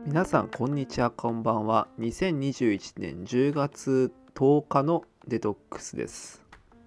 皆さんこんにちは、こんばんは。2021年10月10日のデトックスです。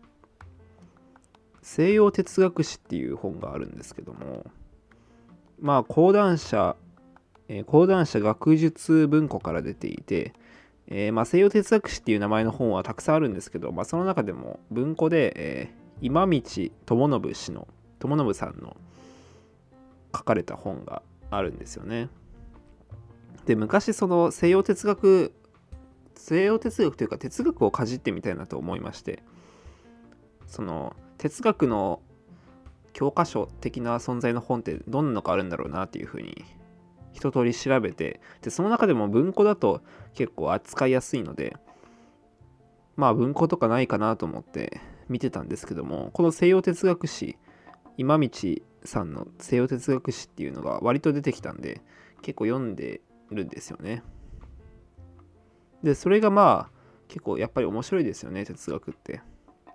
西洋哲学史っていう本があるんですけども、講談社学術文庫から出ていて、西洋哲学史っていう名前の本はたくさんあるんですけど、その中でも文庫で、今道智信さんの書かれた本があるんですよね。で、昔その西洋哲学というか哲学をかじってみたいなと思いまして、その哲学の教科書的な存在の本ってどんなのがあるんだろうなっていうふうに一通り調べて、でその中でも文庫だと結構扱いやすいので、文庫とかないかなと思って見てたんですけども、この西洋哲学史、今道さんの西洋哲学史っていうのが割と出てきたんで、結構読んでるんですよね。でそれが結構やっぱり面白いですよね、哲学って。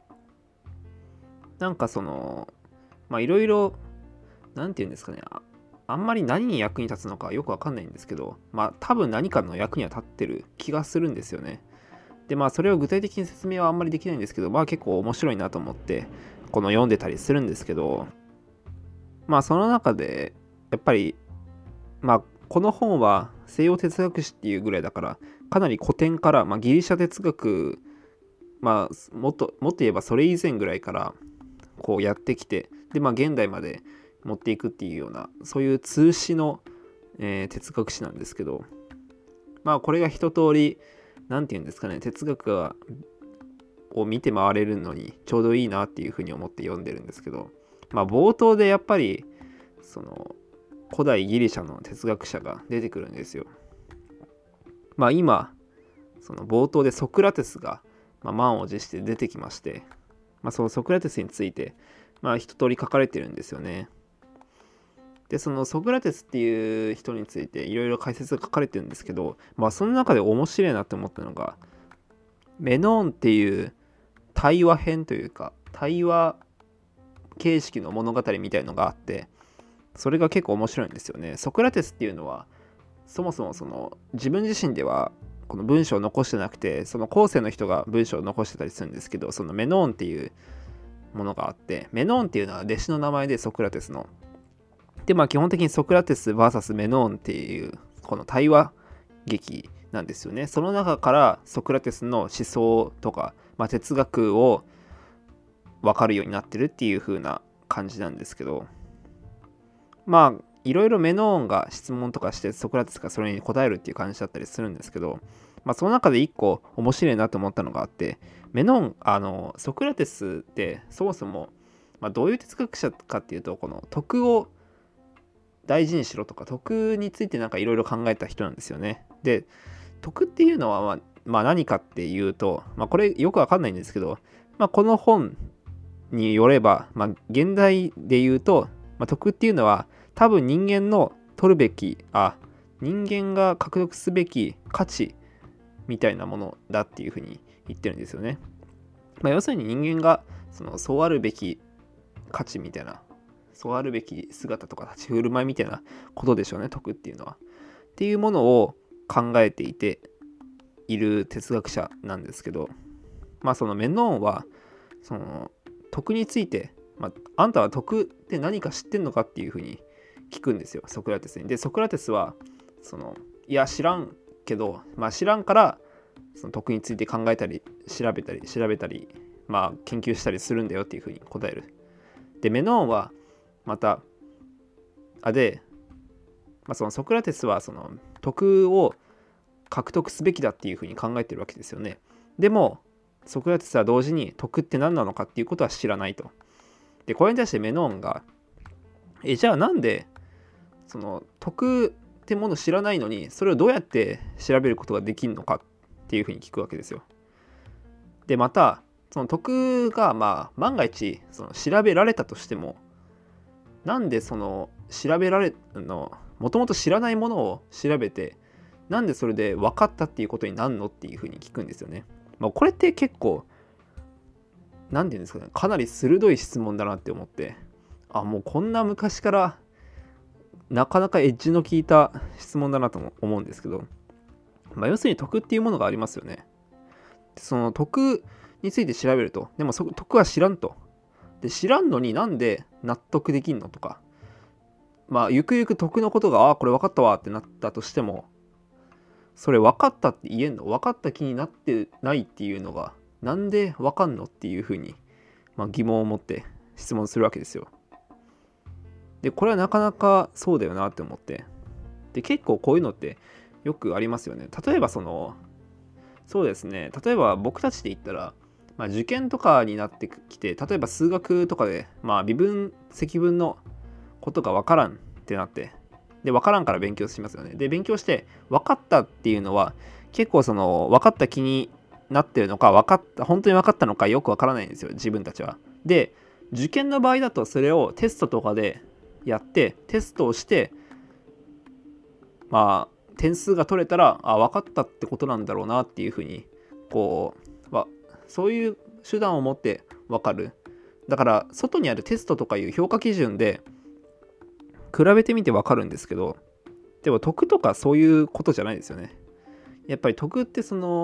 なんかそのいろいろなんていうんですかね、あんまり何に役に立つのかよくわかんないんですけど、多分何かの役には立ってる気がするんですよね。でそれを具体的に説明はあんまりできないんですけど、結構面白いなと思って読んでたりするんですけど、その中でやっぱりこの本は西洋哲学史っていうぐらいだからかなり古典から、ギリシャ哲学、もっと言えばそれ以前ぐらいからこうやってきて、で現代まで持っていくっていうような、そういう通史の、哲学史なんですけど、これが一通りなんていうんですかね、哲学を見て回れるのにちょうどいいなっていうふうに思って読んでるんですけど、冒頭でやっぱりその古代ギリシャの哲学者が出てくるんですよ。今その冒頭でソクラテスが満を持して出てきまして、そのソクラテスについて一通り書かれてるんですよね。でそのソクラテスっていう人についていろいろ解説が書かれてるんですけど、その中で面白いなって思ったのがメノーンっていう対話編というか対話形式の物語みたいのがあって、それが結構面白いんですよね。ソクラテスっていうのはそもそもその自分自身ではこの文章を残してなくて、その後世の人が文章を残してたりするんですけど、そのメノーンっていうものがあって、メノーンっていうのは弟子の名前でソクラテスの。で基本的にソクラテス VS メノーンっていうこの対話劇なんですよね。その中からソクラテスの思想とか、哲学を分かるようになってるっていう風な感じなんですけど、いろいろメノーンが質問とかしてソクラテスがそれに答えるっていう感じだったりするんですけど、その中で一個面白いなと思ったのがあって、メノーンソクラテスってそもそも、どういう哲学者かっていうと、この徳を大事にしろとか徳についていろいろ考えた人なんですよね。で徳っていうのは何かっていうと、これよくわかんないんですけど、この本によれば、現代で言うと、徳っていうのは多分人間の取るべき人間が獲得すべき価値みたいなものだっていうふうに言ってるんですよね。要するに人間がそうあるべき価値みたいな、そうあるべき姿とか立ち振る舞いみたいなことでしょうね、徳っていうのは。っていうものを考えている哲学者なんですけど、そのメノーンはその徳について、あんたは徳って何か知ってんのかっていうふうに聞くんですよ、ソクラテスに。でソクラテスはいや知らんけど、知らんからその徳について考えたり調べたり研究したりするんだよっていうふうに答える。でメノーンはまたそのソクラテスはその徳を獲得すべきだっていうふうに考えてるわけですよね。でもソクラテスは同時に徳って何なのかっていうことは知らないと。でこれに対してメノーンがじゃあなんでその徳ってもの知らないのにそれをどうやって調べることができるのかっていうふうに聞くわけですよ。でまたその徳が万が一調べられたとしても、なんで調べられもともと知らないものを調べてなんでそれで分かったっていうことになるのっていうふうに聞くんですよね。これって結構なんていうんですかね、かなり鋭い質問だなって思って、もうこんな昔からなかなかエッジの効いた質問だなとも思うんですけど、要するに徳っていうものがありますよね。その徳について調べると、でも徳は知らんと。で、知らんのになんで納得できんのとか、ゆくゆく徳のことが、これ分かったわってなったとしても、それ分かったって言えんの？分かった気になってないっていうのが、なんで分かんのっていうふうに、疑問を持って質問するわけですよ。で、これはなかなかそうだよなって思って。で、結構こういうのってよくありますよね。例えばそうですね、例えば僕たちで言ったら、受験とかになってきて、例えば数学とかで、微分積分のことが分からんってなって、で分からんから勉強しますよね。で勉強して分かったっていうのは結構分かった気になってるのか、本当に分かったのかよく分からないんですよ、自分たちは。で受験の場合だとそれをテストとかでやって、テストをして点数が取れたら分かったってことなんだろうなっていうふうにそういう手段を持って分かる。だから外にあるテストとかいう評価基準で比べてみて分かるんですけど、でも徳とかそういうことじゃないですよね。やっぱり徳って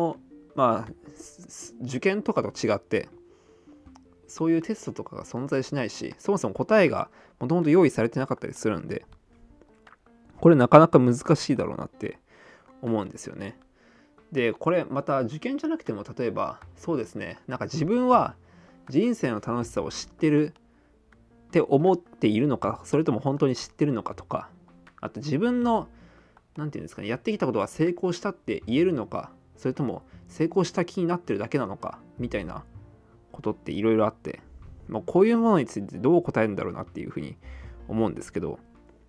受験とかと違ってそういうテストとかが存在しないし、そもそも答えがもともと用意されてなかったりするんで、これなかなか難しいだろうなって思うんですよね。でこれまた受験じゃなくても、例えばそうですね、自分は人生の楽しさを知ってるって思っているのか、それとも本当に知ってるのかとか、あと自分のなんていうんですかね、やってきたことは成功したって言えるのか、それとも成功した気になってるだけなのかみたいなことっていろいろあって、こういうものについてどう答えるんだろうなっていうふうに思うんですけど、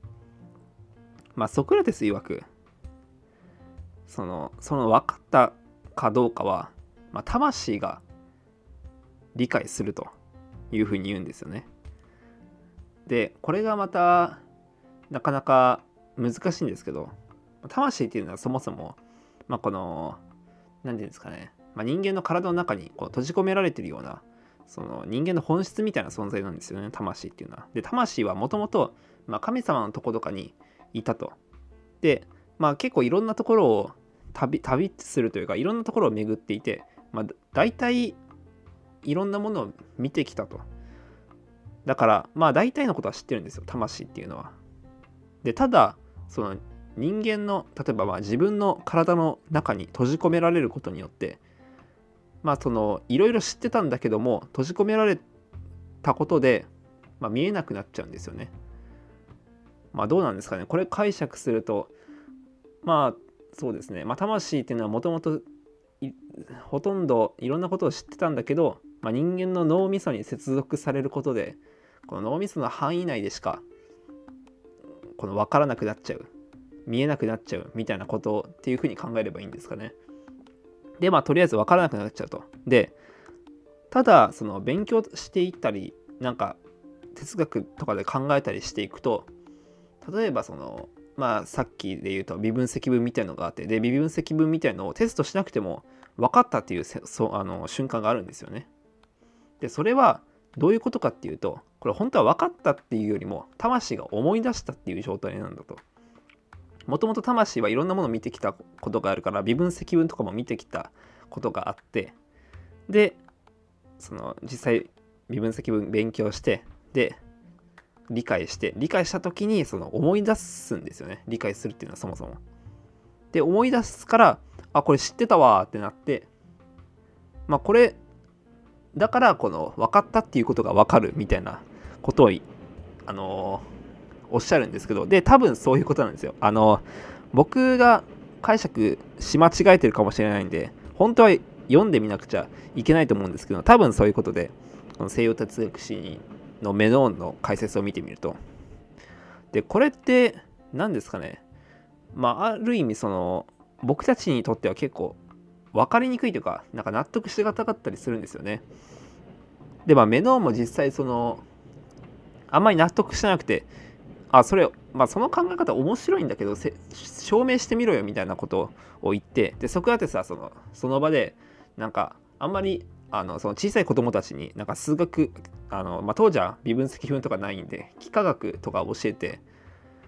ソクラテス曰くその分かったかどうかは、魂が理解するというふうに言うんですよね。でこれがまたなかなか難しいんですけど、魂っていうのはそもそも何て言うんですかね、人間の体の中に閉じ込められているようなその人間の本質みたいな存在なんですよね、魂っていうのは。で魂はもともと神様のところとかにいたと。で結構いろんなところを旅するというか、いろんなところを巡っていて、大体いろんなものを見てきたと。だから大体のことは知ってるんですよ、魂っていうのは。でただその人間の例えば自分の体の中に閉じ込められることによっていろいろ知ってたんだけども、閉じ込められたことで、見えなくなっちゃうんですよね。どうなんですかね、これ解釈するとそうですね、魂っていうのはもともとほとんどいろんなことを知ってたんだけど、人間の脳みそに接続されることで、この脳みその範囲内でしか分からなくなっちゃう、見えなくなっちゃうみたいなことっていうふうに考えればいいんですかね。でとりあえず分からなくなっちゃうと。でただ勉強していったり哲学とかで考えたりしていくと、例えばさっきで言うと微分積分みたいなのがあって、で微分積分みたいなのをテストしなくても分かったっていう瞬間があるんですよね。でそれはどういうことかっていうと、これ本当は分かったっていうよりも魂が思い出したっていう状態なんだと。もともと魂はいろんなものを見てきたことがあるから、微分積分とかも見てきたことがあって、で実際微分積分勉強して、で理解した時に思い出すんですよね。理解するっていうのはそもそもで思い出すから、これ知ってたわってなって、これだから分かったっていうことが分かるみたいなことをおっしゃるんですけど、で多分そういうことなんですよ。僕が解釈し間違えてるかもしれないんで、本当は読んでみなくちゃいけないと思うんですけど、多分そういうことで、この西洋哲学史のメノーンの解説を見てみると、でこれって何ですかね、ある意味僕たちにとっては結構分かりにくいというか、納得しがたかったりするんですよね。でメノーンも実際あんまり納得してなくて、それその考え方面白いんだけど証明してみろよみたいなことを言って、でソクラテスはその場であんまりその小さい子供たちに数学当時は微分積分とかないんで幾何学とか教えて、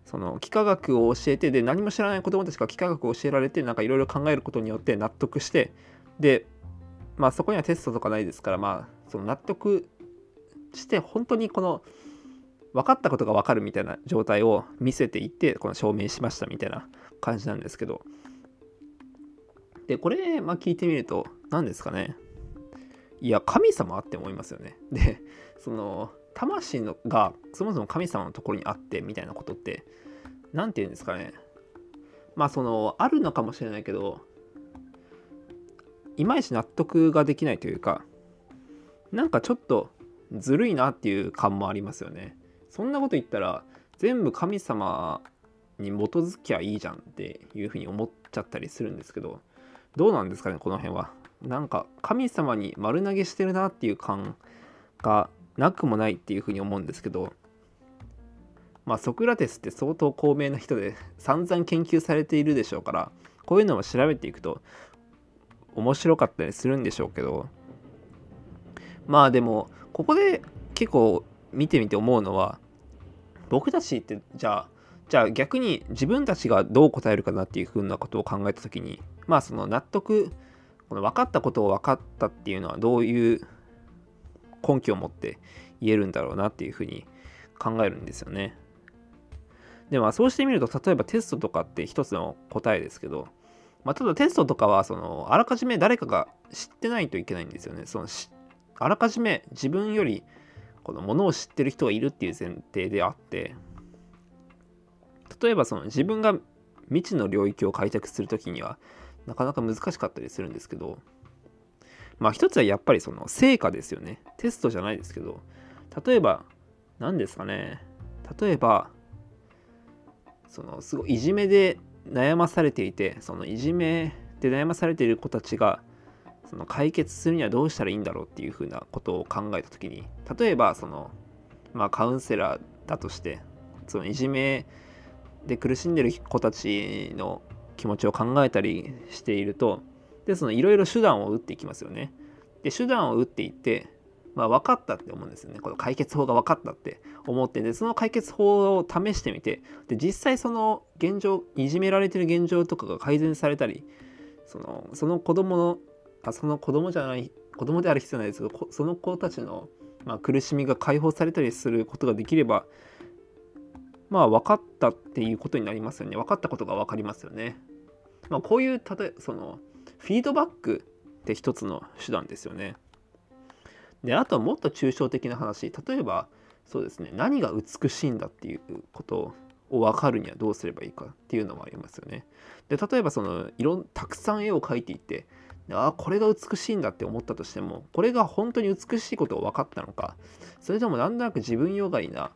その幾何学を教えて、で何も知らない子どもたちが幾何学を教えられて、なんかいろいろ考えることによって納得して、でまあそこにはテストとかないですから、まあその納得して本当にこの分かったことが分かるみたいな状態を見せていって、この証明しましたみたいな感じなんですけど、でこれまあ聞いてみると何ですかね、いや神様って思いますよね。でその魂のがそもそも神様のところにあってみたいなことって何て言うんですかね、まあそのあるのかもしれないけど、いまいち納得ができないというか、なんかちょっとずるいなっていう感もありますよね。そんなこと言ったら全部神様に基づきゃいいじゃんっていうふうに思っちゃったりするんですけど、どうなんですかねこの辺は。なんか神様に丸投げしてるなっていう感がなくもないっていうふうに思うんですけど、まあソクラテスって相当高名な人で散々研究されているでしょうから、こういうのも調べていくと面白かったりするんでしょうけど、まあでもここで結構見てみて思うのは、僕たちってじゃあ逆に自分たちがどう答えるかなっていうふうなことを考えた時に、まあその納得、この分かったことを分かったっていうのはどういう根拠を持って言えるんだろうなっていうふうに考えるんですよね。でまあそうしてみると、例えばテストとかって一つの答えですけど、まあ、ただテストとかはそのあらかじめ誰かが知ってないといけないんですよね。そのあらかじめ自分よりこのものを知ってる人がいるっていう前提であって、例えばその自分が未知の領域を開拓するときにはなかなか難しかったりするんですけど、まあ一つはやっぱりその成果ですよね。テストじゃないですけど、例えば何ですかね、例えばそのすごいいじめで悩まされていて、そのいじめで悩まされている子たちがその解決するにはどうしたらいいんだろうっていうふうなことを考えたときに、例えばそのまあカウンセラーだとして、そのいじめで苦しんでる子たちの気持ちを考えたりしていると、でそのいろいろ手段を打っていきますよね。で手段を打っていって、まあ分かったって思うんですよね。この解決法が分かったって思って、でその解決法を試してみて、で実際その現状、いじめられてる現状とかが改善されたり、その子供のその子供じゃない子供である必要ないですけど、その子たちの、まあ、苦しみが解放されたりすることができれば、まあ分かったっていうことになりますよね。分かったことが分かりますよね。まあこういうそのフィードバックって一つの手段ですよね。であとはもっと抽象的な話、例えばそうですね、何が美しいんだっていうことを分かるにはどうすればいいかっていうのもありますよね。で例えばそのたくさん絵を描いていて、これが美しいんだって思ったとしても、これが本当に美しいことを分かったのか、それともなんとなく自分よがりな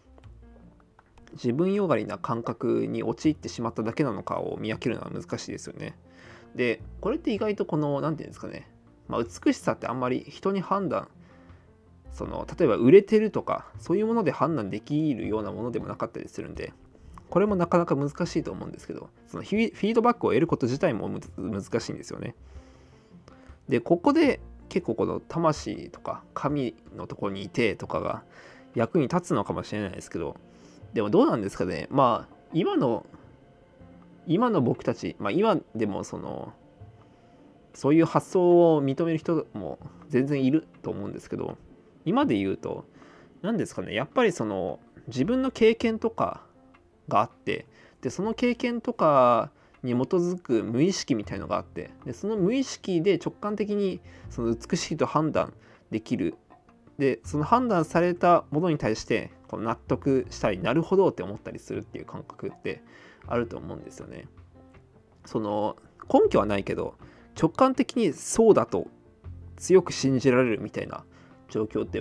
感覚に陥ってしまっただけなのかを見分けるのは難しいですよね。でこれって意外とこの何て言うんですかね、まあ、美しさってあんまり人に判断、例えば売れてるとかそういうもので判断できるようなものでもなかったりするんで、これもなかなか難しいと思うんですけど、そのフィードバックを得ること自体も難しいんですよね。でここで結構この魂とか神のところにいてとかが役に立つのかもしれないですけど、でもどうなんですかね。まあ今の僕たち、まあ今でもそういう発想を認める人も全然いると思うんですけど、今で言うと何ですかね、やっぱり自分の経験とかがあって、でその経験とかに基づく無意識みたいのがあって、でその無意識で直感的にその美しいと判断できる。でその判断されたものに対してこう納得したり、なるほどって思ったりするっていう感覚ってあると思うんですよね。根拠はないけど直感的にそうだと強く信じられるみたいな状況って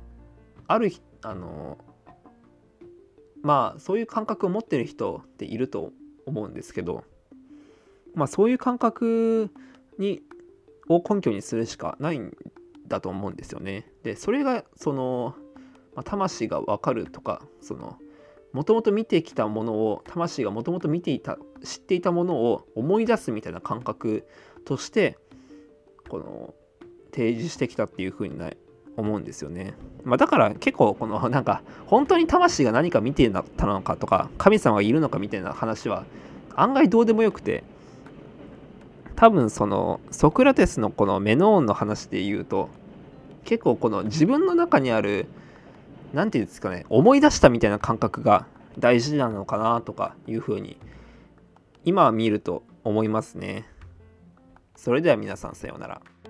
まあそういう感覚を持ってる人っていると思うんですけど、まあそういう感覚を根拠にするしかないんだと思うんですよね。でそれが魂が分かるとか、もともと見てきたものを、魂がもともと知っていたものを思い出すみたいな感覚として提示してきたっていう風に思うんですよね。だから結構このなんか本当に魂が何か見てたのかとか神様がいるのかみたいな話は案外どうでもよくて、多分そのソクラテスのこのメノーンの話で言うと、結構この自分の中にある何て言うんですかね、思い出したみたいな感覚が大事なのかなとかいうふうに今は見ると思いますね。それでは皆さんさようなら。